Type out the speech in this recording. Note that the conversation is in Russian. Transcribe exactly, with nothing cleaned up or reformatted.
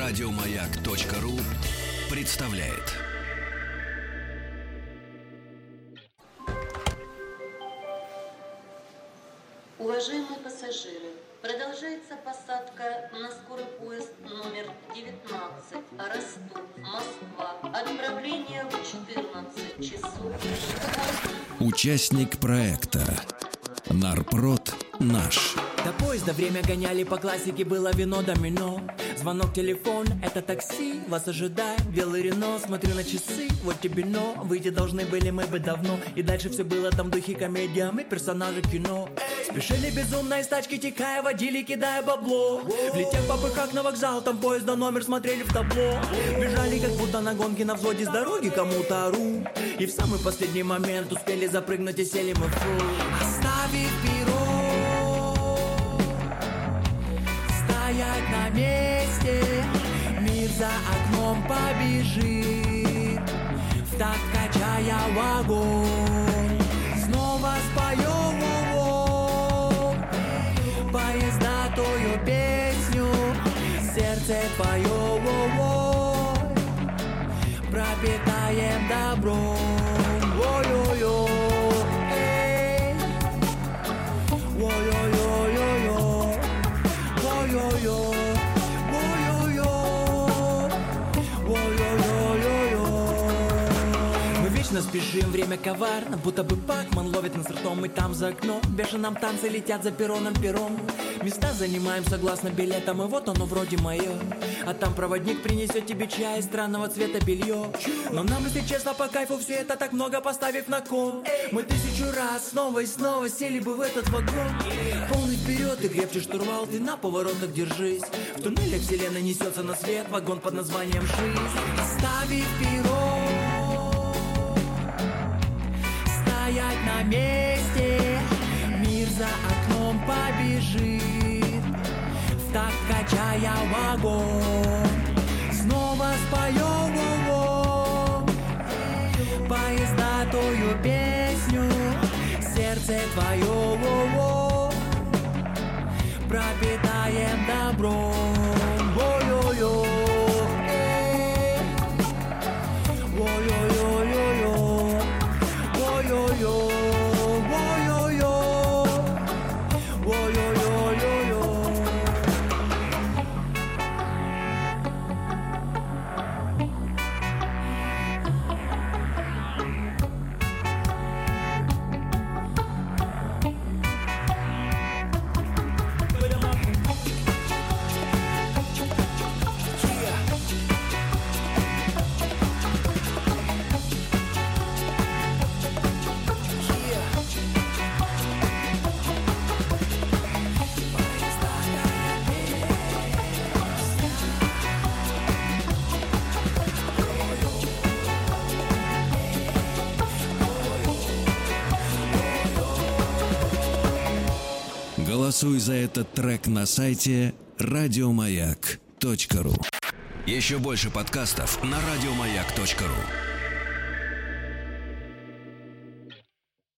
Радиомаяк.ру представляет. Уважаемые пассажиры, продолжается посадка на скорый поезд номер девятнадцать Ростов, Москва. Отправление в четырнадцать часов. Участник проекта Нарпрод наш. До поезда время гоняли, по классике было вино домино. Звонок, телефон, это такси, вас ожидает белый Рено. Смотрю на часы, вот тебе но. Выйти должны были мы бы давно. И дальше все было там в духе комедия, мы персонажи кино. Спешили безумно из тачки, текая, водили, кидая бабло. Влетев по пыхах на вокзал, там поезда номер смотрели в табло. Бежали как будто на гонке на взводе с дороги, кому-то ору. И в самый последний момент успели запрыгнуть и сели мы в фу. Оставив перо, стоять на месте, мир за окном побежит, в такт качая в огонь. Снова споем, поезда тою песню, сердце твое, пропитаем добром. Ой-ой-ой, эй, ой-ой-ой-ой-ой. Ой-ой-ой, ой-ой-ой, ой-ой-ой-ой-ой. Мы вечно спешим, время коварно, будто бы Пакман ловит нас ртом, и там за окном в бешеном танце летят за перроном пером. Места занимаем согласно билетам, и вот оно вроде мое. А там проводник принесет тебе чай, странного цвета белье. Но нам, если честно, по кайфу все это так много, поставив на кон. Мы тысячу раз снова и снова сели бы в этот вагон. Полный вперед и крепче штурвал, ты на поворотах держись. В туннелях вселенная несется на свет, вагон под названием жизнь. Оставив перо, стоять на месте, мир за окном побежит, в такт качая вагон. Снова споем, поезда тою песню, сердце твое, пропитаем добром. Ой-ой-ой, эй, ой-ой-ой-ой-ой, ой-ой-ой, ой-ой-ой, ой-ой-ой-ой-ой. Голосуй за этот трек на сайте радиомаяк точка ру. Еще больше подкастов на радиомаяк точка ру.